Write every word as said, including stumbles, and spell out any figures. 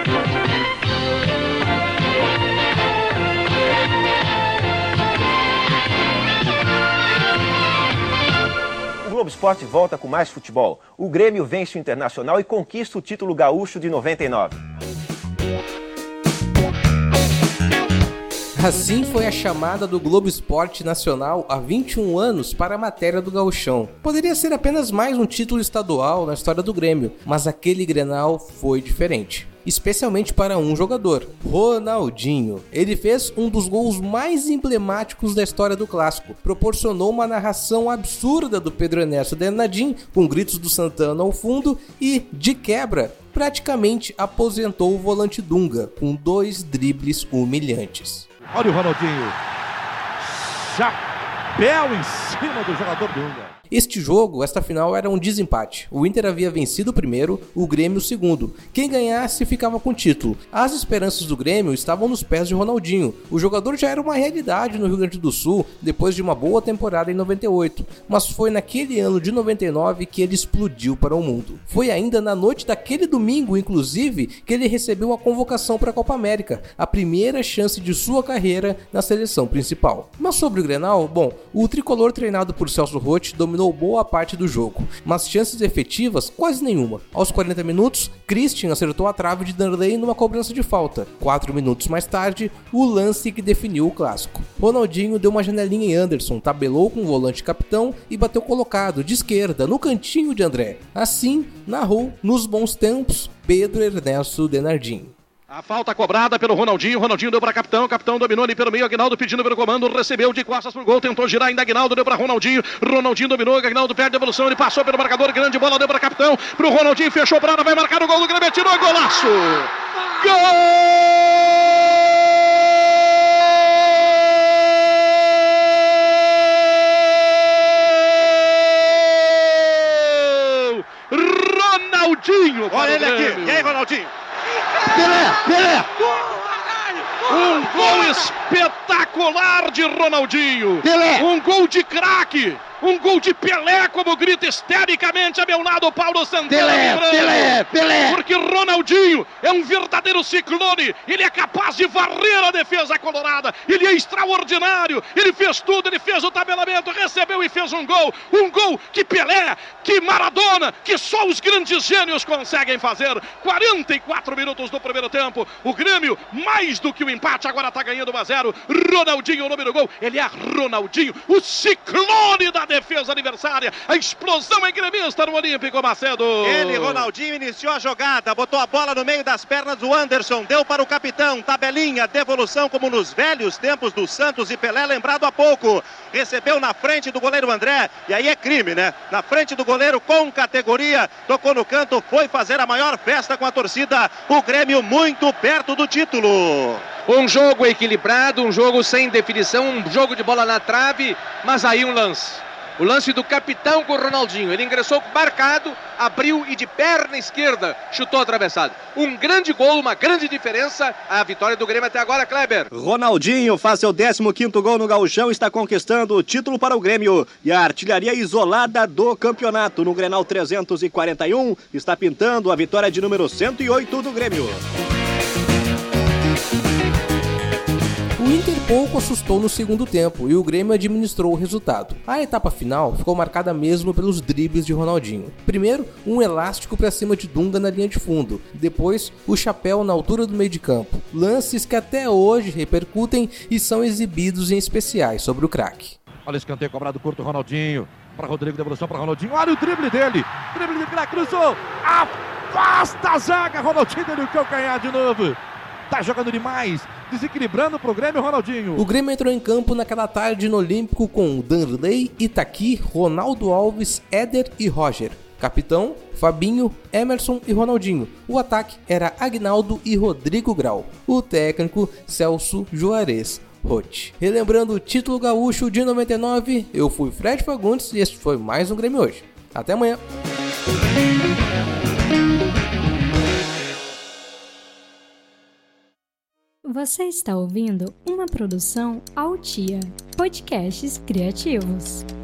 O Globo Esporte volta com mais futebol. O Grêmio vence o Internacional e conquista o título gaúcho de noventa e nove. Assim foi a chamada do Globo Esporte Nacional há vinte e um anos para a matéria do Gauchão. Poderia ser apenas mais um título estadual na história do Grêmio, mas aquele Grenal foi diferente. Especialmente para um jogador, Ronaldinho. Ele fez um dos gols mais emblemáticos da história do clássico, proporcionou uma narração absurda do Pedro Ernesto Denardim, com gritos do Santana ao fundo e, de quebra, praticamente aposentou o volante Dunga, com dois dribles humilhantes. Olha o Ronaldinho, chapéu em cima do jogador Dunga. Este jogo, esta final, era um desempate. O Inter havia vencido o primeiro, o Grêmio o segundo. Quem ganhasse ficava com o título. As esperanças do Grêmio estavam nos pés de Ronaldinho. O jogador já era uma realidade no Rio Grande do Sul, depois de uma boa temporada em noventa e oito. Mas foi naquele ano de noventa e nove que ele explodiu para o mundo. Foi ainda na noite daquele domingo, inclusive, que ele recebeu a convocação para a Copa América, a primeira chance de sua carreira na seleção principal. Mas sobre o Grenal, bom, o tricolor treinado por Celso Roth dominou boa parte do jogo, mas chances efetivas quase nenhuma. Aos quarenta minutos, Christian acertou a trave de Danley numa cobrança de falta. Quatro minutos mais tarde, o lance que definiu o clássico. Ronaldinho deu uma janelinha em Anderson, tabelou com o volante capitão e bateu colocado, de esquerda, no cantinho de André. Assim, narrou, nos bons tempos, Pedro Ernesto Denardim. A falta cobrada pelo Ronaldinho, Ronaldinho deu para capitão, capitão dominou ali pelo meio, Aguinaldo pedindo pelo comando, recebeu de costas pro gol, tentou girar ainda, Aguinaldo deu para Ronaldinho, Ronaldinho dominou, Aguinaldo perde a evolução, ele passou pelo marcador, grande bola, deu para capitão, pro Ronaldinho, fechou para vai marcar o gol do Grêmio, tirou, golaço! Gol! Ronaldinho! Olha ele aqui, e aí, Ronaldinho? Pelé, Pelé! Um gol espetacular de Ronaldinho! Pelé! Um gol de craque! Um gol de Pelé, como grita histericamente a meu lado Paulo Santana. Pelé, Pelé, Pelé. Porque Ronaldinho é um verdadeiro ciclone. Ele é capaz de varrer a defesa colorada. Ele é extraordinário. Ele fez tudo, ele fez o tabelamento, recebeu e fez um gol. Um gol que Pelé, que Maradona, que só os grandes gênios conseguem fazer. quarenta e quatro minutos do primeiro tempo. O Grêmio, mais do que o empate, agora está ganhando um a zero. Ronaldinho, o nome do gol. Ele é Ronaldinho, o ciclone da defesa adversária, a explosão é gremista no Olímpico, Macedo. Ele, Ronaldinho, iniciou a jogada, botou a bola no meio das pernas do Anderson, deu para o capitão, tabelinha, devolução como nos velhos tempos do Santos e Pelé, lembrado há pouco. Recebeu na frente do goleiro André, e aí é crime, né? Na frente do goleiro com categoria, tocou no canto, foi fazer a maior festa com a torcida, o Grêmio muito perto do título. Um jogo equilibrado, um jogo sem definição, um jogo de bola na trave, mas aí um lance. O lance do capitão com o Ronaldinho. Ele ingressou marcado, abriu e de perna esquerda chutou atravessado. Um grande gol, uma grande diferença. A vitória do Grêmio até agora, Kleber. Ronaldinho faz seu décimo quinto gol no Gauchão, está conquistando o título para o Grêmio. E a artilharia isolada do campeonato no Grenal trezentos e quarenta e um está pintando a vitória de número cento e oito do Grêmio. O Inter pouco assustou no segundo tempo e o Grêmio administrou o resultado. A etapa final ficou marcada mesmo pelos dribles de Ronaldinho. Primeiro, um elástico para cima de Dunga na linha de fundo. Depois, o chapéu na altura do meio de campo. Lances que até hoje repercutem e são exibidos em especiais sobre o craque. Olha o escanteio cobrado curto, Ronaldinho. Para Rodrigo, devolução para Ronaldinho. Olha o drible dele. Drible de craque, cruzou. Afasta a zaga. Ronaldinho deu o calcanhar de novo. Tá jogando demais, desequilibrando pro Grêmio, Ronaldinho. O Grêmio entrou em campo naquela tarde no Olímpico com Danley, Itaqui, Ronaldo Alves, Éder e Roger. Capitão, Fabinho, Emerson e Ronaldinho. O ataque era Aguinaldo e Rodrigo Grau. O técnico, Celso Juarez Roth. Relembrando o título gaúcho de noventa e nove, eu fui Fred Fagundes e este foi mais um Grêmio Hoje. Até amanhã. Você está ouvindo uma produção Altia, podcasts criativos.